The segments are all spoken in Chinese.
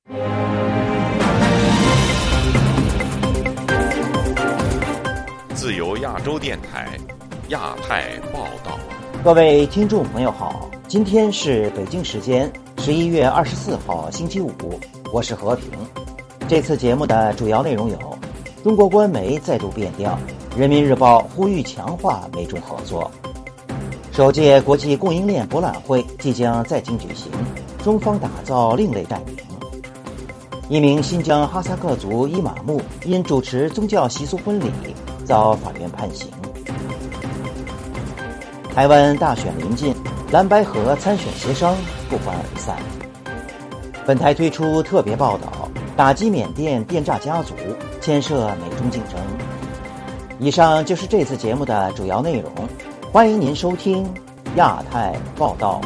自由亚洲电台亚太报道。 各位听众朋友好，今天是北京时间11月24号星期五，我是和平。这次节目的主要内容有：中国官媒再度变调，人民日报呼吁强化美中合作；首届国际供应链博览会即将在京举行，中方打造另类战名；一名新疆哈萨克族伊玛目因主持宗教习俗婚礼遭法院判刑；台湾大选临近，蓝白合参选协商不欢而散。本台推出特别报道，打击缅甸电诈家族，牵涉美中竞争。以上就是这次节目的主要内容，欢迎您收听亚太报道。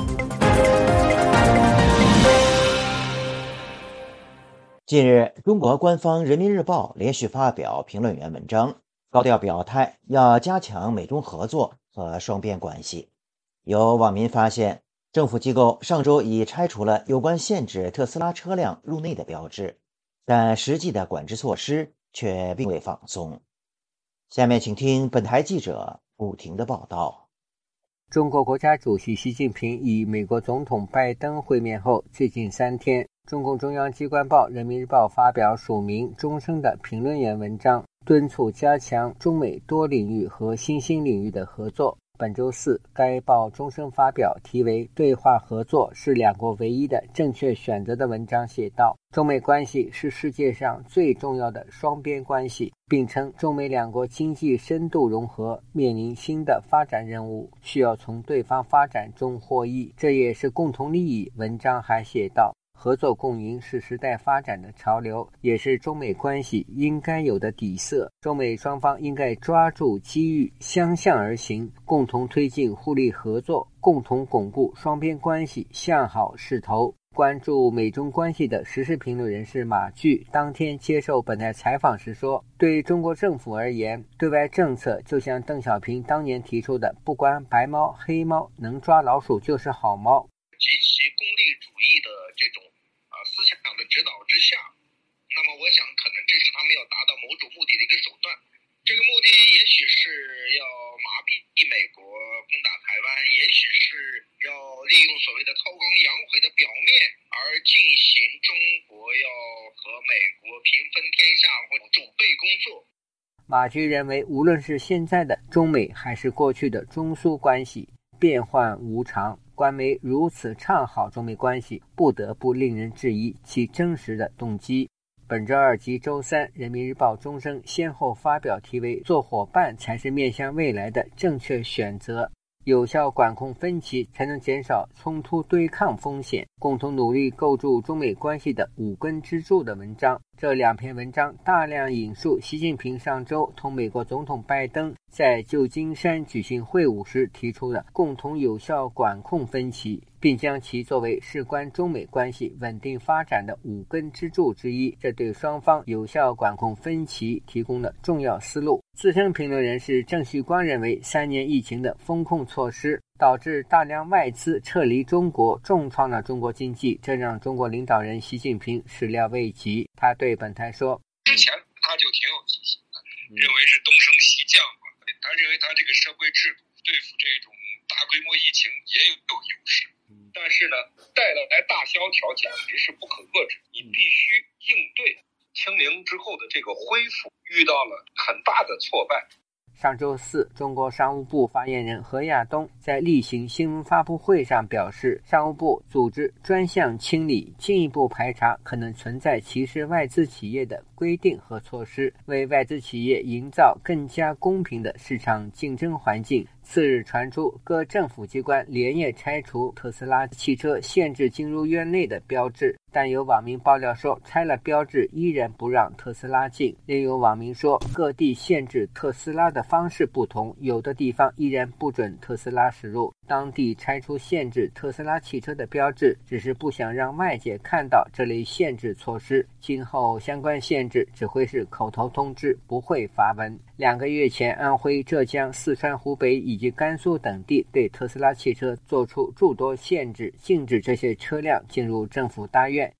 近日，中国官方人民日报连续发表评论员文章，高调表态要加强美中合作和双边关系。有网民发现，政府机构上周已拆除了有关限制特斯拉车辆入内的标志，但实际的管制措施却并未放松。下面请听本台记者不停的报道。 中国国家主席习近平与美国总统拜登会面后，最近3天，中共中央机关报人民日报发表署名终生的评论员文章，敦促加强中美多领域和新兴领域的合作。本周四，该报终生发表题为对话合作是两国唯一的正确选择的文章，写道，中美关系是世界上最重要的双边关系，并称中美两国经济深度融合面临新的发展任务，需要从对方发展中获益，这也是共同利益。文章还写道，合作共赢是时代发展的潮流，也是中美关系应该有的底色。中美双方应该抓住机遇，相向而行，共同推进互利合作，共同巩固双边关系向好势头。关注美中关系的时事评论人士马炬当天接受本台采访时说，对中国政府而言，对外政策就像邓小平当年提出的，不管白猫黑猫，能抓老鼠就是好猫。 极其功利主义的这种思想的指导之下，那么我想可能这是他们要达到某种目的的一个手段。这个目的也许是要麻痹美国攻打台湾，也许是要利用所谓的韬光养晦的表面而进行中国要和美国平分天下或者准备工作。 马炬认为，无论是现在的中美还是过去的中苏关系，变幻无常，官媒如此唱好中美关系，不得不令人质疑其真实的动机。本周二及周三，人民日报终生先后发表题为做伙伴才是面向未来的正确选择，有效管控分歧才能减少冲突对抗风险，共同努力构筑中美关系的5根支柱的文章。这2篇文章大量引述习近平上周同美国总统拜登在旧金山举行会晤时提出的共同有效管控分歧，并将其作为事关中美关系稳定发展的5根支柱之一，这对双方有效管控分歧提供了重要思路。资深评论人士郑旭光认为，3年疫情的风控措施导致大量外资撤离中国，重创了中国经济，这让中国领导人习近平始料未及。他对本台说， 之前他就挺有激情的，认为是东升西降嘛，他认为他这个社会制度对付这种大规模疫情也有优势，但是呢，带来大萧条简直是不可遏制，你必须应对。清零之后的这个恢复遇到了很大的挫败。 上周四，中国商务部发言人何亚东在例行新闻发布会上表示，商务部组织专项清理，进一步排查可能存在歧视外资企业的规定和措施，为外资企业营造更加公平的市场竞争环境。次日传出，各政府机关连夜拆除特斯拉汽车限制进入院内的标志，但有网民爆料说，拆了标志依然不让特斯拉进。另有网民说，各地限制特斯拉的方式不同，有的地方依然不准特斯拉驶入。当地拆除限制特斯拉汽车的标志，只是不想让外界看到这类限制措施，今后相关限制只会是口头通知，不会发文。2个月前，安徽、浙江、四川、湖北以及甘肃等地对特斯拉汽车做出诸多限制，禁止这些车辆进入政府大院。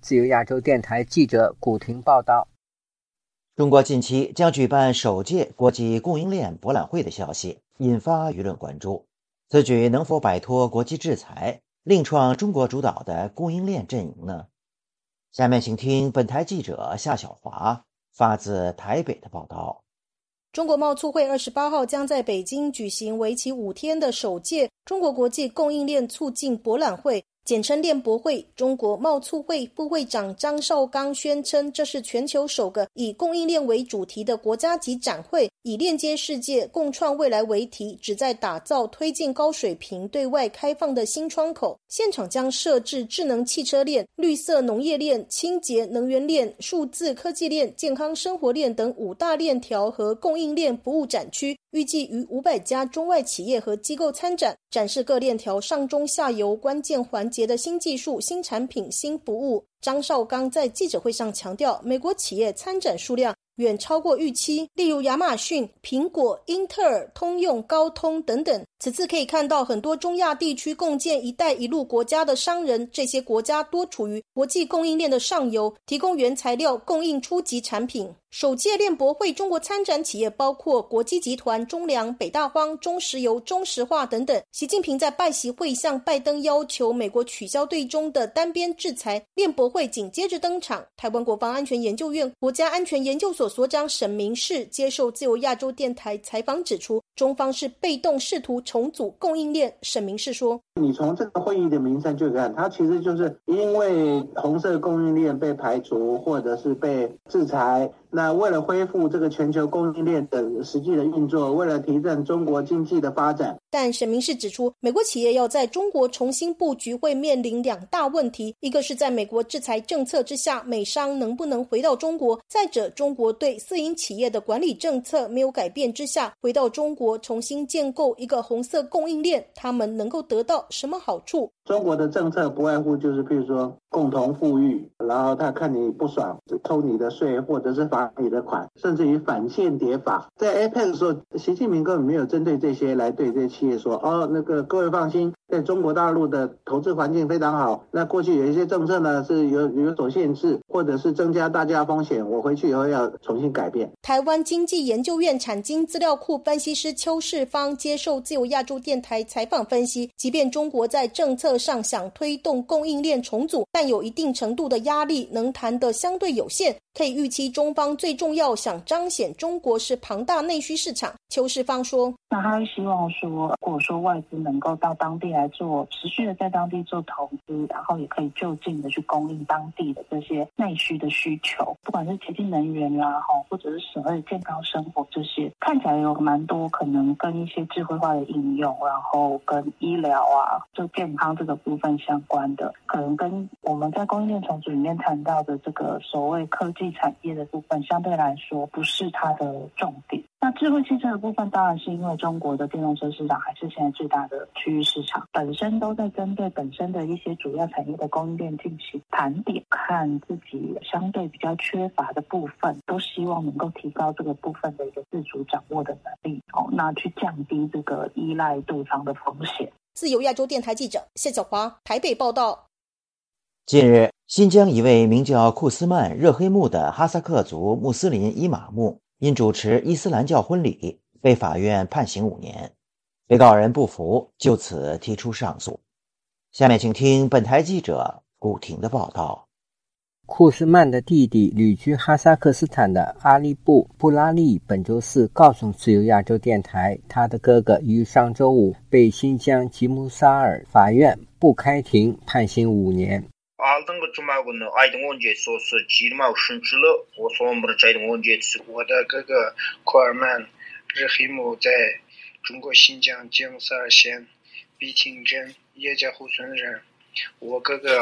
自由亚洲电台记者古婷报道。 中国近期将举办首届国际供应链博览会的消息引发舆论关注，此举能否摆脱国际制裁，另创中国主导的供应链阵营呢？下面请听本台记者夏小华发自台北的报道。 中国贸促会28号将在北京举行为期5天的首届中国国际供应链促进博览会，简称链博会。中国贸促会副会长张绍刚宣称，这是全球首个以供应链为主题的国家级展会，以链接世界、共创未来为题，旨在打造推进高水平对外开放的新窗口。现场将设置智能汽车链、绿色农业链、清洁能源链、数字科技链、健康生活链等5大链条和供应链服务展区，预计逾500家中外企业和机构参展，展示各链条上中下游关键环节的新技术、新产品、新服务。张绍刚在记者会上强调，美国企业参展数量远超过预期，例如亚马逊、苹果、英特尔、通用、高通等等。此次可以看到很多中亚地区共建一带一路国家的商人，这些国家多处于国际供应链的上游，提供原材料，供应初级产品。首届链博会中国参展企业包括国基集团、中粮、北大荒、中石油、中石化等等。习近平在拜习会向拜登要求美国取消对中的单边制裁，链博会紧接着登场。台湾国防安全研究院国家安全研究所所长沈明世接受自由亚洲电台采访指出，中方是被动试图重组供应链。沈明世说， 你从这个会议的名称就看，它其实就是因为红色供应链被排除或者是被制裁，那为了恢复这个全球供应链的实际的运作，为了提振中国经济的发展。 但沈明世指出，美国企业要在中国重新布局会面临2大问题，一个是在美国制裁政策之下，美商能不能回到中国，再者中国对私营企业的管理政策没有改变之下，回到中国重新建构一个红色供应链，他们能够得到什么好处？ 中国的政策不外乎就是譬如说共同富裕，然后他看你不爽就偷你的税或者是罚你的款，甚至于反间谍法。在 APEC 的时候，习近平根本没有针对这些来对这些企业说，那个各位放心，在中国大陆的投资环境非常好，那过去有一些政策呢是有所限制，或者是增加大家风险，我回去以后要重新改变。 台湾经济研究院产经资料库分析师邱世芳接受自由亚洲电台采访分析，即便中国在政策上想推动供应链重组，但有一定程度的压力，能谈得相对有限。可以预期中方最重要想彰显中国是庞大内需市场。邱世芳说， 那他希望说，如果说外资能够到当地来做持续的在当地做投资，然后也可以就近的去供应当地的这些内需的需求，不管是洁净能源啦，或者是所谓健康生活，这些看起来有蛮多可能跟一些智慧化的应用，然后跟医疗啊就健康这个部分相关的，可能跟我们在供应链重组里面谈到的这个所谓科技产业的部分相对来说不是它的重点。那智慧汽车的部分当然是因为中国的电动车市场还是现在最大的区域市场，本身都在针对本身的一些主要产业的供应链进行盘点，看自己相对比较缺乏的部分，都希望能够提高这个部分的一个自主掌握的能力，那去降低这个依赖对方的风险。 自由亚洲电台记者谢小华台北报道。 近日，新疆一位名叫库斯曼热黑木的哈萨克族穆斯林伊玛目因主持伊斯兰教婚礼被法院判刑5年，被告人不服，就此提出上诉。下面请听本台记者古婷的报道。 库斯曼的弟弟旅居哈萨克斯坦的阿利布布拉利本周四告诉自由亚洲电台，他的哥哥于上周五被新疆吉木萨尔法院不开庭判刑5年。 алдыңғы жұма күні айдың 17-сі осы 23 жылы осы 11 айдың 17-сі 我的哥哥库尔曼日黑木在中国新疆吉木萨尔县碧亭镇叶家湖村人。我哥哥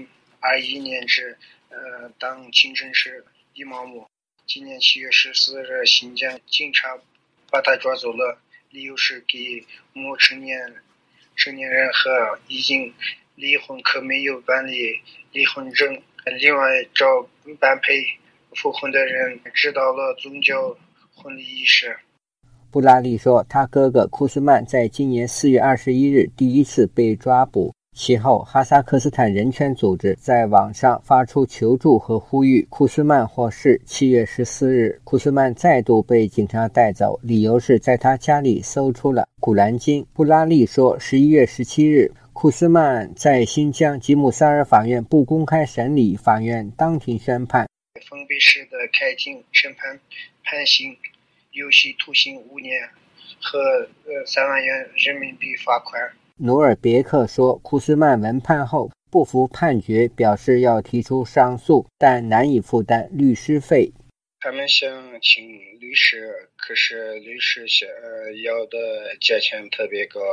2021年是当清真寺伊玛目，今年7月14日新疆警察把他抓走了，理由是给未成年人和已经离婚可没有办理离婚证，另外找般配复婚的人指导了宗教婚礼仪式。 布拉利说，他哥哥库斯曼在今年4月21日第一次被抓捕， 其后，哈萨克斯坦人权组织在网上发出求助和呼吁库斯曼获释。7月14日，库斯曼再度被警察带走，理由是在他家里搜出了古兰经。布拉利说，11月17日，库斯曼在新疆吉姆萨尔法院不公开审理，法院当庭宣判， 封闭式的开庭审判，判刑有期徒刑5年和3万元人民币罚款。 努尔别克说，库斯曼闻判后不服判决，表示要提出上诉，但难以负担律师费。 他们想请律师，可是律师要的价钱特别高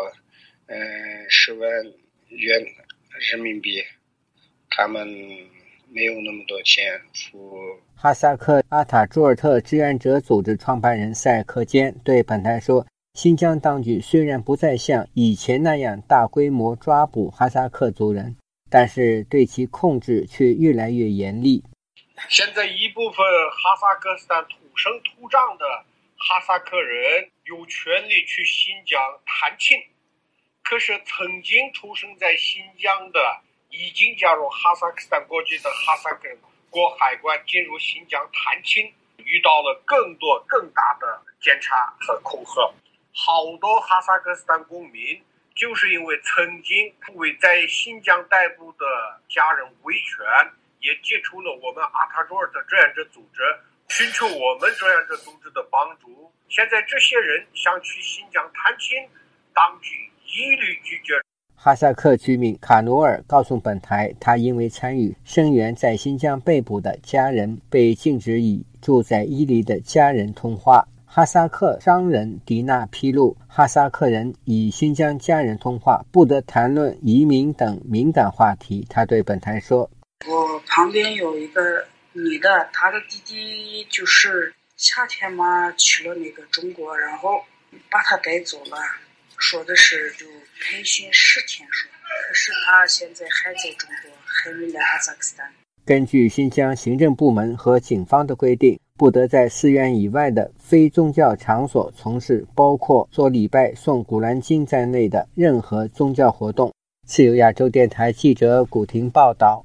，10万元人民币，他们没有那么多钱付。 哈萨克阿塔朱尔特志愿者组织创办人塞克坚对本台说，新疆当局虽然不再像以前那样大规模抓捕哈萨克族人，但是对其控制却越来越严厉。 现在一部分哈萨克斯坦土生土长的哈萨克人有权利去新疆探亲，可是曾经出生在新疆的已经加入哈萨克斯坦国籍的哈萨克人过海关进入新疆探亲，遇到了更多更大的检查和恐吓。好多哈萨克斯坦公民就是因为曾经为在新疆逮捕的家人维权，也接触了我们阿塔朱尔特志愿者组织，寻求我们志愿者组织的帮助。现在这些人想去新疆探亲，当局一律拒绝。 哈萨克居民卡努尔告诉本台，他因为参与声援在新疆被捕的家人，被禁止与住在伊犁的家人通话。哈萨克商人迪娜披露，哈萨克人与新疆家人通话不得谈论移民等敏感话题。他对本台说， 我旁边有一个女的，她的弟弟就是夏天嘛去了那个中国，然后把他带走了，说的是就培训10天说，可是他现在还在中国，还没来哈萨克斯坦。 根据新疆行政部门和警方的规定，不得在寺院以外的非宗教场所从事包括做礼拜、诵古兰经在内的任何宗教活动。自由亚洲电台记者古婷报道。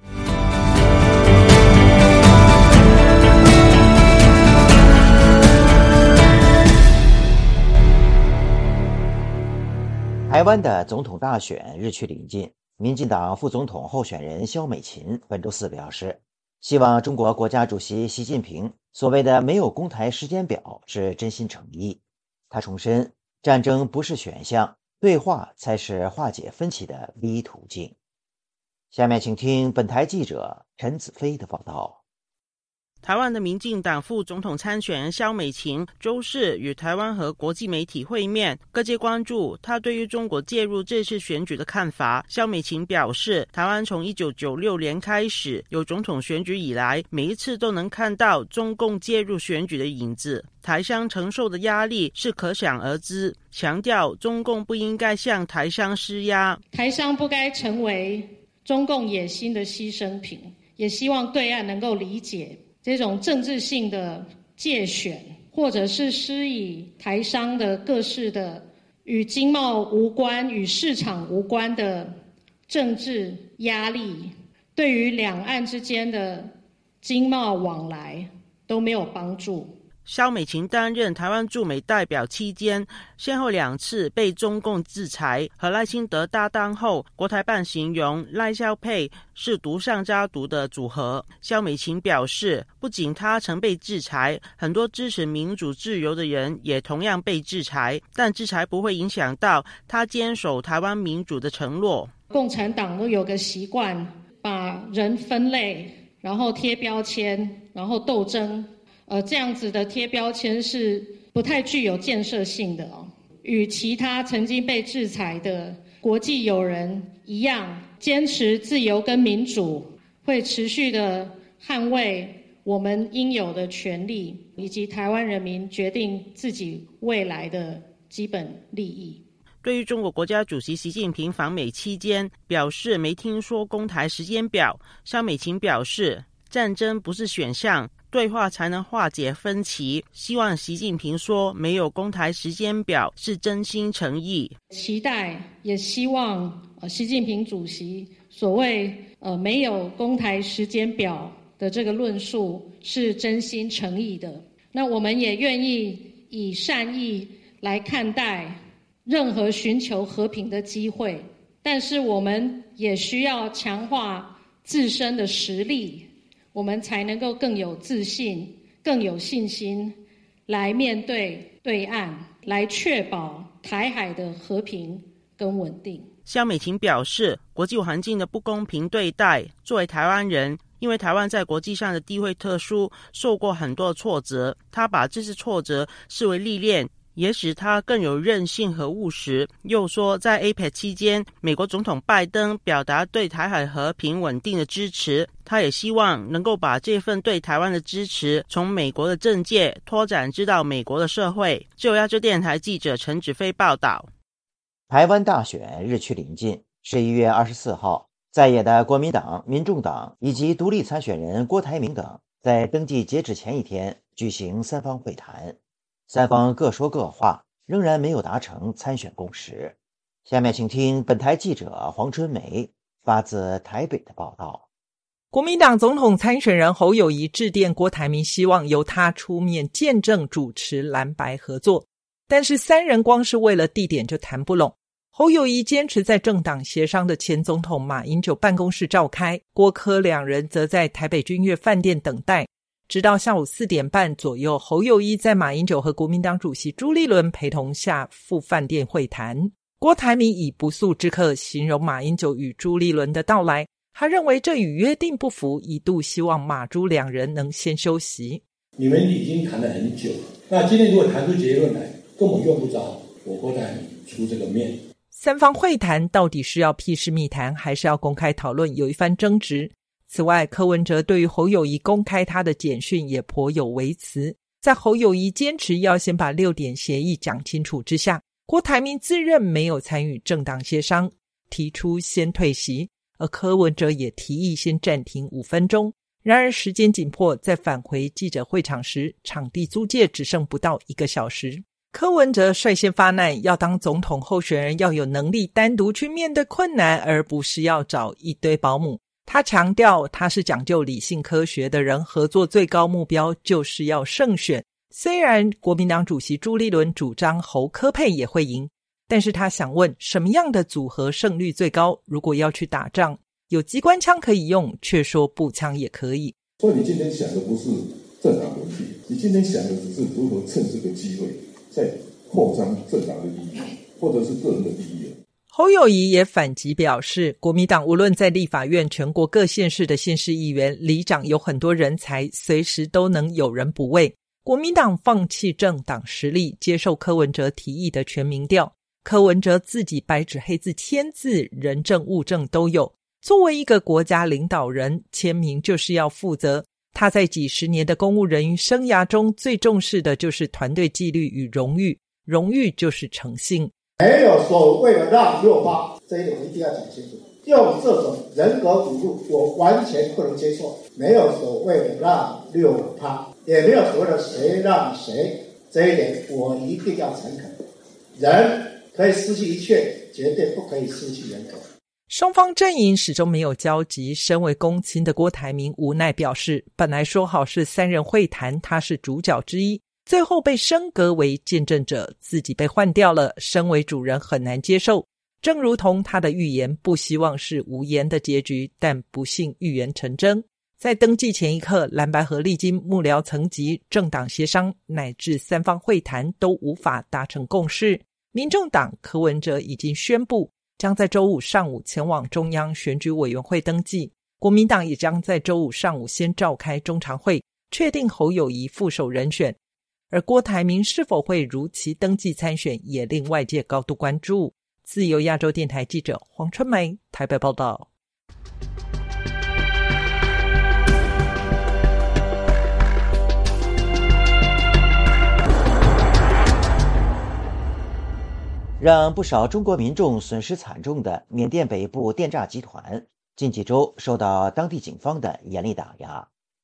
台湾的总统大选日趋临近，民进党副总统候选人萧美琴本周四表示，希望中国国家主席习近平所谓的没有公台时间表是真心诚意。他重申，战争不是选项，对话才是化解分歧的唯一途径。下面请听本台记者陈子飞的报道。 台湾的民进党副总统参选人萧美琴周四与台湾和国际媒体会面，各界关注他对于中国介入这次选举的看法。萧美琴表示，台湾从1996年开始有总统选举以来，每一次都能看到中共介入选举的影子，台商承受的压力是可想而知，强调中共不应该向台商施压， 台商不该成为中共野心的牺牲品，也希望对岸能够理解这种政治性的介选，或者是施以台商的各式的与经贸无关、与市场无关的政治压力，对于两岸之间的经贸往来都没有帮助。 萧美琴担任台湾驻美代表期间，先后2次被中共制裁，和赖清德搭档后，国台办形容赖萧配是毒上加毒的组合。萧美琴表示，不仅他曾被制裁，很多支持民主自由的人也同样被制裁，但制裁不会影响到他坚守台湾民主的承诺。 共产党都有个习惯，把人分类，然后贴标签，然后斗争。这样子的贴标签是不太具有建设性的哦。与其他曾经被制裁的国际友人一样，坚持自由跟民主，会持续的捍卫我们应有的权利，以及台湾人民决定自己未来的基本利益。 对于中国国家主席习近平访美期间表示没听说公台时间表，萧美琴表示， 战争不是选项，对话才能化解分歧。希望习近平说没有公台时间表是真心诚意。 期待也希望习近平主席所谓没有公台时间表的这个论述是真心诚意的。那我们也愿意以善意来看待任何寻求和平的机会，但是我们也需要强化自身的实力，我们才能够更有自信、更有信心来面对对岸，来确保台海的和平跟稳定。 萧美琴表示，国际环境的不公平对待，作为台湾人，因为台湾在国际上的地位特殊，受过很多挫折，他把这次挫折视为历练，也使他更有韧性和务实。又说，在 APEC 期间，美国总统拜登表达对台海和平稳定的支持，他也希望能够把这份对台湾的支持从美国的政界拓展至到美国的社会。自由亚洲电台记者陈子飞报道。 台湾大选日趋临近，11月24号，在野的国民党、民众党以及独立参选人郭台铭等，在登记截止前一天举行三方会谈，三方各说各话，仍然没有达成参选共识。下面请听本台记者黄春梅发自台北的报道。 国民党总统参选人侯友宜致电郭台铭，希望由他出面见证主持蓝白合作，但是三人光是为了地点就谈不拢。侯友宜坚持在政党协商的前总统马英九办公室召开，郭柯两人则在台北君悦饭店等待，直到下午4点半左右，侯友宜在马英九和国民党主席朱立伦陪同下赴饭店会谈。郭台铭以不速之客形容马英九与朱立伦的到来，他认为这与约定不符，一度希望马朱两人能先休息。 你们已经谈了很久，那今天如果谈出结论来，根本用不着我郭台铭出这个面。 三方会谈到底是要屁事密谈，还是要公开讨论，有一番争执。此外，柯文哲对于侯友宜公开他的简讯也颇有微词。在侯友宜坚持要先把6点协议讲清楚之下，郭台铭自认没有参与政党协商，提出先退席，而柯文哲也提议先暂停5分钟。然而时间紧迫，在返回记者会场时，场地租借只剩不到1个小时。柯文哲率先发难，要当总统候选人要有能力单独去面对困难，而不是要找一堆保姆。他强调他是讲究理性科学的人，合作最高目标就是要胜选。虽然国民党主席朱立伦主张侯柯配也会赢，但是他想问什么样的组合胜率最高？如果要去打仗，有机关枪可以用，却说步枪也可以。 所以你今天想的不是政党轮替，你今天想的只是如何趁这个机会在扩张政党的利益，或者是个人的利益。 侯友宜也反击表示，国民党无论在立法院、全国各县市的县市议员、里长有很多人才，随时都能有人补位。国民党放弃政党实力，接受柯文哲提议的全民调。柯文哲自己白纸黑字签字，人证物证都有。作为一个国家领导人，签名就是要负责。他在几十年的公务人员生涯中，最重视的就是团队纪律与荣誉，荣誉就是诚信。 没有所谓的让6%，这一点我一定要讲清楚。用这种人格侮辱，我完全不能接受。没有所谓的让6%，也没有所谓的谁让谁，这一点我一定要诚恳。人可以失去一切，绝对不可以失去人格。 双方阵营始终没有交集，身为公亲的郭台铭无奈表示，本来说好是3人会谈，他是主角之一，最后被升格为见证者，自己被换掉了，身为主人很难接受。正如同他的预言，不希望是无言的结局，但不幸预言成真。在登记前一刻，蓝白合历经幕僚层级、政党协商乃至三方会谈都无法达成共识。民众党柯文哲已经宣布将在周五上午前往中央选举委员会登记，国民党也将在周五上午先召开中常会，确定侯友宜副手人选。而郭台铭是否会如期登记参选，也令外界高度关注。自由亚洲电台记者黄春梅台北报道。 让不少中国民众损失惨重的缅甸北部电诈集团，近几周受到当地警方的严厉打压。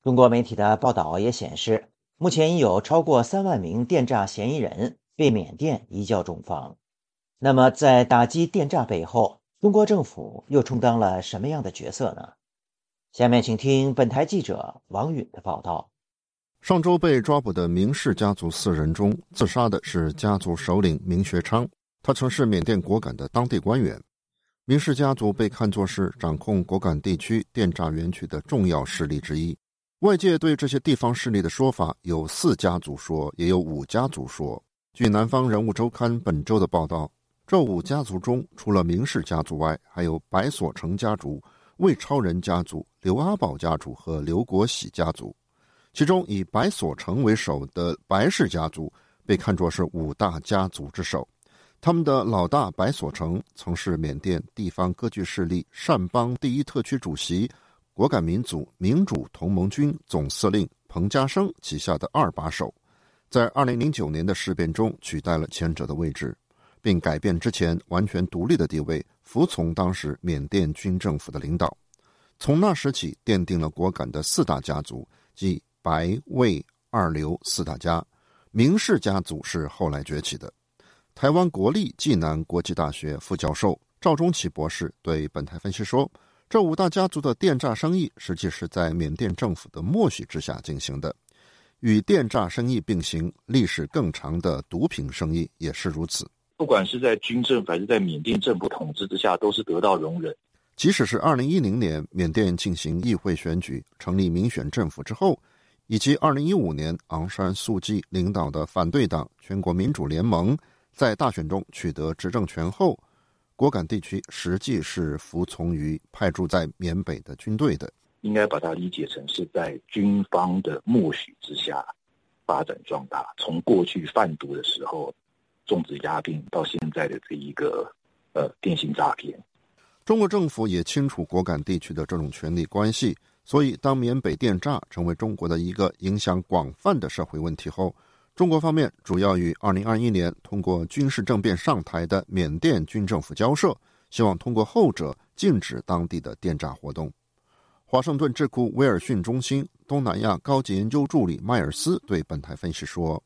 中国媒体的报道也显示，目前已有超过3万名电诈嫌疑人被缅甸移交中方。那么在打击电诈背后，中国政府又充当了什么样的角色呢？下面请听本台记者王允的报道。 上周被抓捕的明氏家族4人中，自杀的是家族首领明学昌，他曾是缅甸果敢的当地官员。明氏家族被看作是掌控果敢地区电诈园区的重要势力之一。外界对这些地方势力的说法有4家族说，也有5家族说。据南方人物周刊本周的报道，这5家族中，除了明氏家族外，还有白所成家族、魏超人家族、刘阿宝家族和刘国喜家族。其中以白所成为首的白氏家族被看作是5大家族之首。他们的老大白所成曾是缅甸地方割据势力善邦第1特区主席、果敢民族民主同盟军总司令彭家声旗下的2把手，在2009年的事变中取代了前者的位置，并改变之前完全独立的地位，服从当时缅甸军政府的领导。从那时起，奠定了果敢的4大家族，即白、魏、2刘4大家。明氏家族是后来崛起的。台湾国立暨南国际大学副教授赵忠奇博士对本台分析说，这5大家族的电诈生意实际是在缅甸政府的默许之下进行的。与电诈生意并行，历史更长的毒品生意也是如此。 不管是在军政府还是在缅甸政府统治之下，都是得到容忍。 即使是2010年缅甸进行议会选举，成立民选政府之后，以及2015年昂山素季领导的反对党全国民主联盟在大选中取得执政权后，果敢地区实际是服从于派驻在缅北的军队的。 应该把它理解成是在军方的默许之下发展壮大，从过去贩毒的时候种植鸦片到现在的这一个电信诈骗。 中国政府也清楚果敢地区的这种权力关系，所以当缅北电诈成为中国的一个影响广泛的社会问题后，中国方面主要与2021年通过军事政变上台的缅甸军政府交涉，希望通过后者禁止当地的电诈活动。华盛顿智库威尔逊中心东南亚高级研究助理迈尔斯对本台分析说，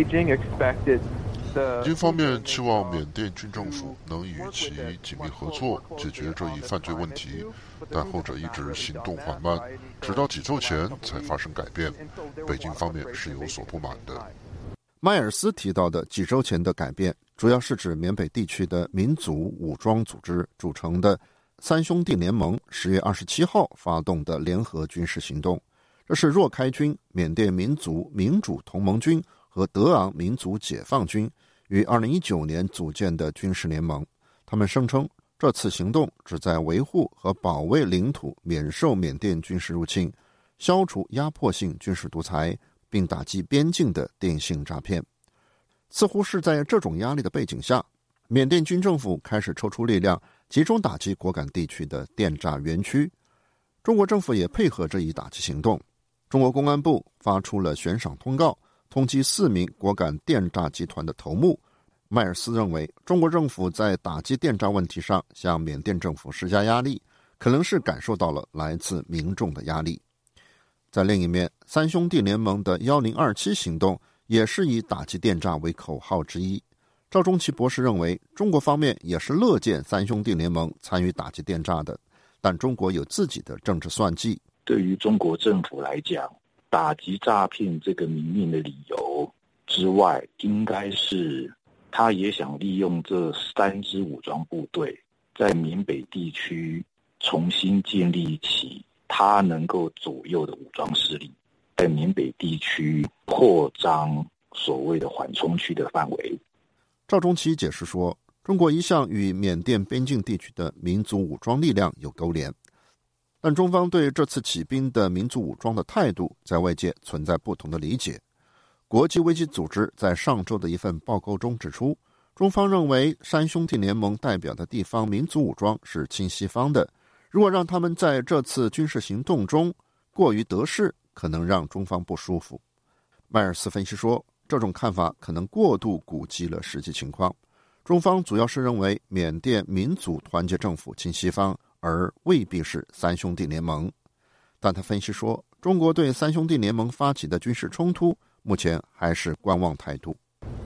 一方面期望缅甸军政府能与其紧密合作解决这一犯罪问题，但后者一直行动缓慢，直到几周前才发生改变，北京方面是有所不满的。 迈尔斯提到的几周前的改变，主要是指缅北地区的民族武装组织组成的3兄弟联盟10月27号发动的联合军事行动。这是若开军、缅甸民族民主同盟军和德昂民族解放军于2019年组建的军事联盟。他们声称，这次行动旨在维护和保卫领土免受缅甸军事入侵，消除压迫性军事独裁，并打击边境的电信诈骗。似乎是在这种压力的背景下，缅甸军政府开始抽出力量，集中打击果敢地区的电诈园区。中国政府也配合这一打击行动。中国公安部发出了悬赏通告，通缉4名果敢电诈集团的头目。迈尔斯认为，中国政府在打击电诈问题上向缅甸政府施加压力，可能是感受到了来自民众的压力。在另一面，3兄弟联盟的1027行动也是以打击电诈为口号之一。赵忠奇博士认为，中国方面也是乐见3兄弟联盟参与打击电诈的，但中国有自己的政治算计。 对于中国政府来讲，打击诈骗这个明面的理由之外，应该是他也想利用这3支武装部队在缅北地区重新建立起他能够左右的武装势力，在缅北地区扩张所谓的缓冲区的范围。 赵忠奇解释说，中国一向与缅甸边境地区的民族武装力量有勾连，但中方对这次起兵的民族武装的态度在外界存在不同的理解。国际危机组织在上周的一份报告中指出，中方认为3兄弟联盟代表的地方民族武装是亲西方的，如果让他们在这次军事行动中过于得势，可能让中方不舒服。迈尔斯分析说，这种看法可能过度估计了实际情况。中方主要是认为缅甸民族团结政府亲西方，而未必是3兄弟联盟。 但他分析说，中国对三兄弟联盟发起的军事冲突目前还是观望态度。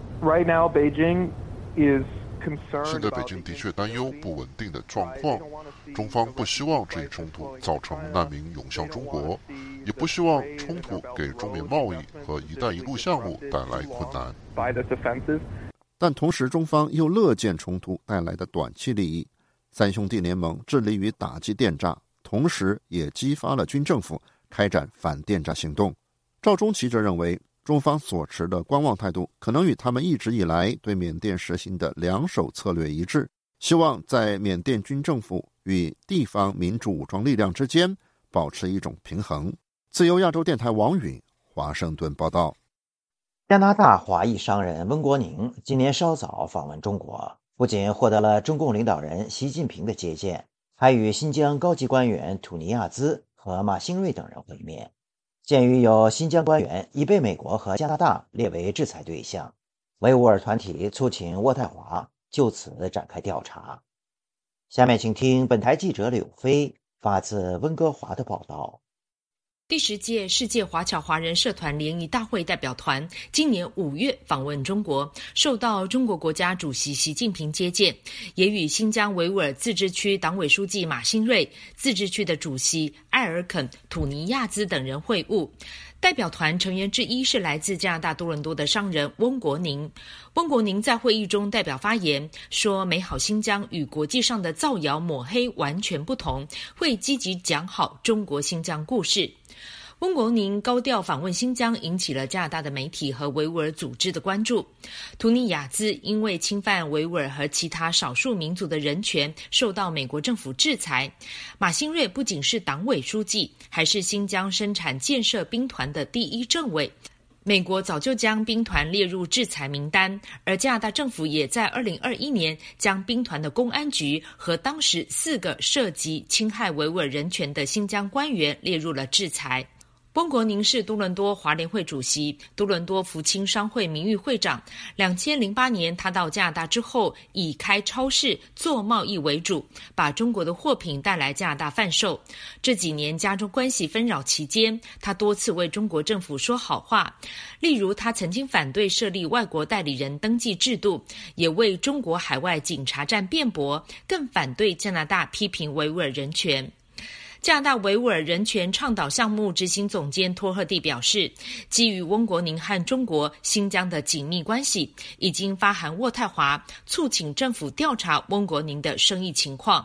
现在北京的确担忧不稳定的状况，中方不希望这一冲突造成难民涌向中国，也不希望冲突给中缅贸易和一带一路项目带来困难。 但同时中方又乐见冲突带来的短期利益。三兄弟联盟致力于打击电诈，同时也激发了军政府开展反电诈行动。赵忠奇则认为，中方所持的观望态度可能与他们一直以来对缅甸实行的两手策略一致，希望在缅甸军政府与地方民主武装力量之间保持一种平衡。自由亚洲电台王允华盛顿报道。 加拿大华裔商人温国宁今年稍早访问中国，不仅获得了中共领导人习近平的接见，还与新疆高级官员土尼亚兹和马兴瑞等人会面。鉴于有新疆官员已被美国和加拿大列为制裁对象，维吾尔团体促请渥太华就此展开调查。下面请听本台记者柳飞发自温哥华的报道。 第10届世界华侨华人社团联谊大会代表团今年5月访问中国，受到中国国家主席习近平接见，也与新疆维吾尔自治区党委书记马兴瑞、自治区的主席艾尔肯、土尼亚兹等人会晤。代表团成员之一是来自加拿大多伦多的商人温国宁。温国宁在会议中代表发言，说美好新疆与国际上的造谣抹黑完全不同，会积极讲好中国新疆故事。温国宁高调访问新疆，引起了加拿大的媒体和维吾尔组织的关注。图尼亚兹因为侵犯维吾尔和其他少数民族的人权，受到美国政府制裁。马兴瑞不仅是党委书记，还是新疆生产建设兵团的第一政委。美国早就将兵团列入制裁名单，而加拿大政府也在2021年将兵团的公安局和当时4个涉及侵害维吾尔人权的新疆官员列入了制裁。温国宁是多伦多华联会主席、多伦多福清商会名誉会长。2008年他到加拿大之后，以开超市做贸易为主，把中国的货品带来加拿大贩售。这几年加中关系纷扰期间，他多次为中国政府说好话，例如他曾经反对设立外国代理人登记制度，也为中国海外警察站辩驳，更反对加拿大批评维吾尔人权。加拿大维吾尔人权倡导项目执行总监托赫蒂表示，基于温国宁和中国新疆的紧密关系，已经发函渥太华，促请政府调查温国宁的生意情况。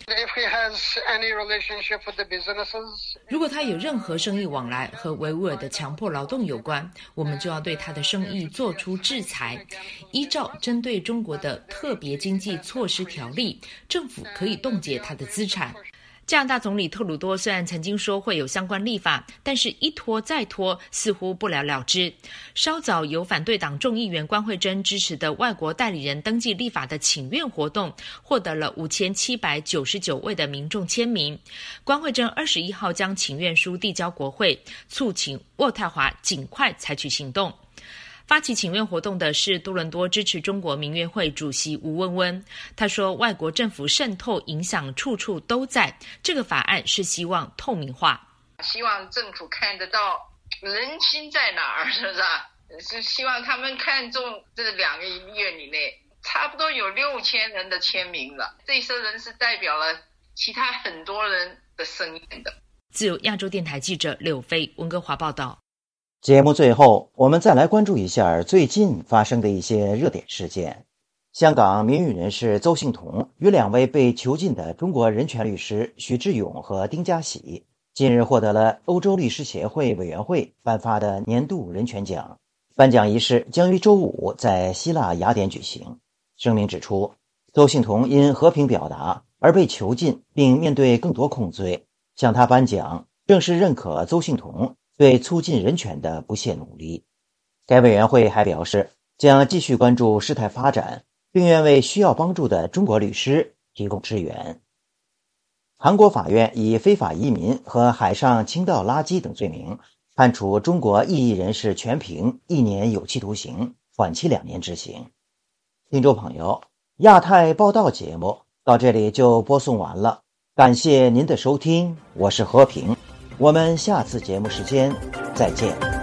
如果他有任何生意往来和维吾尔的强迫劳动有关，我们就要对他的生意做出制裁。依照针对中国的特别经济措施条例，政府可以冻结他的资产。加拿大总理特鲁多虽然曾经说会有相关立法，但是一拖再拖，似乎不了了之。稍早由反对党众议员关惠珍支持的外国代理人登记立法的请愿活动，获得了5799位的民众签名。关惠珍21号将请愿书递交国会，促请渥太华尽快采取行动。发起请愿活动的是多伦多支持中国民乐会主席吴温温。他说，外国政府渗透影响处处都在，这个法案是希望透明化， 希望政府看得到人心在哪儿，是不是？是希望他们看中这2个月以内差不多有6000人的签名了，这些人是代表了其他很多人的声音的。 自由亚洲电台记者柳飞温哥华报道。 节目最后，我们再来关注一下最近发生的一些热点事件。香港民运人士邹幸彤与2位被囚禁的中国人权律师许志勇和丁家喜，近日获得了欧洲律师协会委员会颁发的年度人权奖。颁奖仪式将于周五在希腊雅典举行。声明指出，邹幸彤因和平表达而被囚禁，并面对更多控罪，向他颁奖正是认可邹幸彤对促进人权的不懈努力。该委员会还表示，将继续关注事态发展，并愿为需要帮助的中国律师提供支援。韩国法院以非法移民和海上倾倒垃圾等罪名，判处中国异议人士全平1年有期徒刑，缓期2年执行。听众朋友，亚太报道节目到这里就播送完了，感谢您的收听，我是和平。 我们下次节目时间再见。